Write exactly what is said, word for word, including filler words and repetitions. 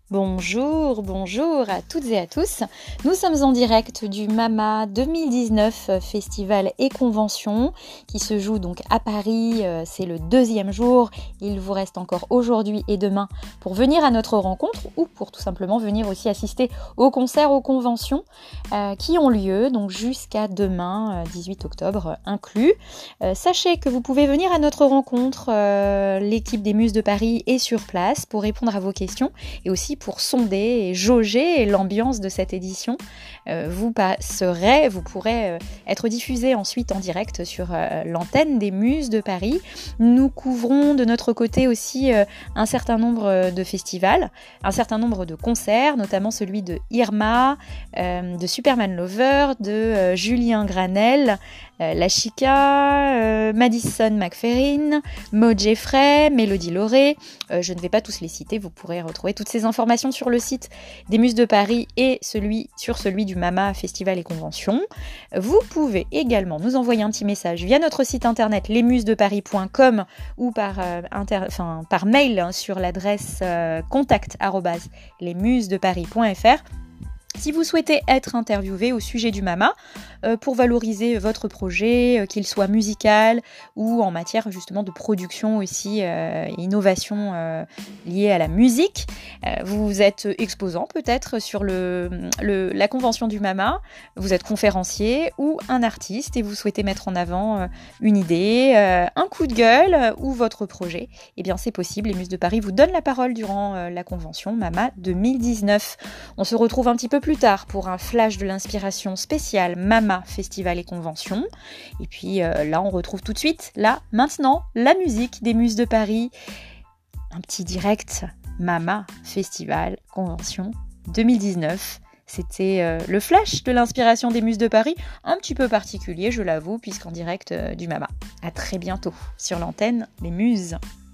Bonjour, bonjour à toutes et à tous. Nous sommes en direct du MAMA deux mille dix-neuf Festival et Convention qui se joue donc à Paris. C'est le deuxième jour. Il vous reste encore aujourd'hui et demain pour venir à notre rencontre ou pour tout simplement venir aussi assister aux concerts, aux conventions euh, qui ont lieu donc jusqu'à demain, dix-huit octobre inclus. Euh, sachez que vous pouvez venir à notre rencontre. Euh, l'équipe des Muses de Paris est sur place pour répondre à vos questions et aussi pour sonder et jauger l'ambiance de cette édition. Euh, vous passerez, vous pourrez euh, être diffusé ensuite en direct sur euh, l'antenne des Muses de Paris. Nous couvrons de notre côté aussi euh, un certain nombre de festivals, un certain nombre de concerts, notamment celui de Irma, euh, de Superman Lover, de euh, Julien Granel, euh, La Chica, euh, Madison McFerrin, Maud Jeffrey, Mélodie Lauré. Euh, je ne vais pas tous les citer, vous pourrez retrouver toutes ces informations sur le site des Muses de Paris et celui, sur celui du MAMA Festival et Convention. Vous pouvez également nous envoyer un petit message via notre site internet les muses de paris point com ou par, euh, inter, enfin, par mail hein, sur l'adresse euh, contact arobase les muses de paris point f r. Si vous souhaitez être interviewé au sujet du MAMA euh, pour valoriser votre projet, euh, qu'il soit musical ou en matière justement de production aussi, euh, innovation euh, liée à la musique, euh, vous êtes exposant peut-être sur le, le, la convention du MAMA, vous êtes conférencier ou un artiste et vous souhaitez mettre en avant euh, une idée, euh, un coup de gueule euh, ou votre projet, eh bien c'est possible. Les Muses de Paris vous donnent la parole durant euh, la convention MAMA deux mille dix-neuf. On se retrouve un petit peu plus tard pour un flash de l'inspiration spécial MAMA Festival et Convention. Et puis euh, là, on retrouve tout de suite, là, maintenant, la musique des Muses de Paris. Un petit direct MAMA Festival Convention deux mille dix-neuf. C'était euh, le flash de l'inspiration des Muses de Paris, un petit peu particulier, je l'avoue, puisqu'en direct euh, du MAMA. À très bientôt sur l'antenne des Muses.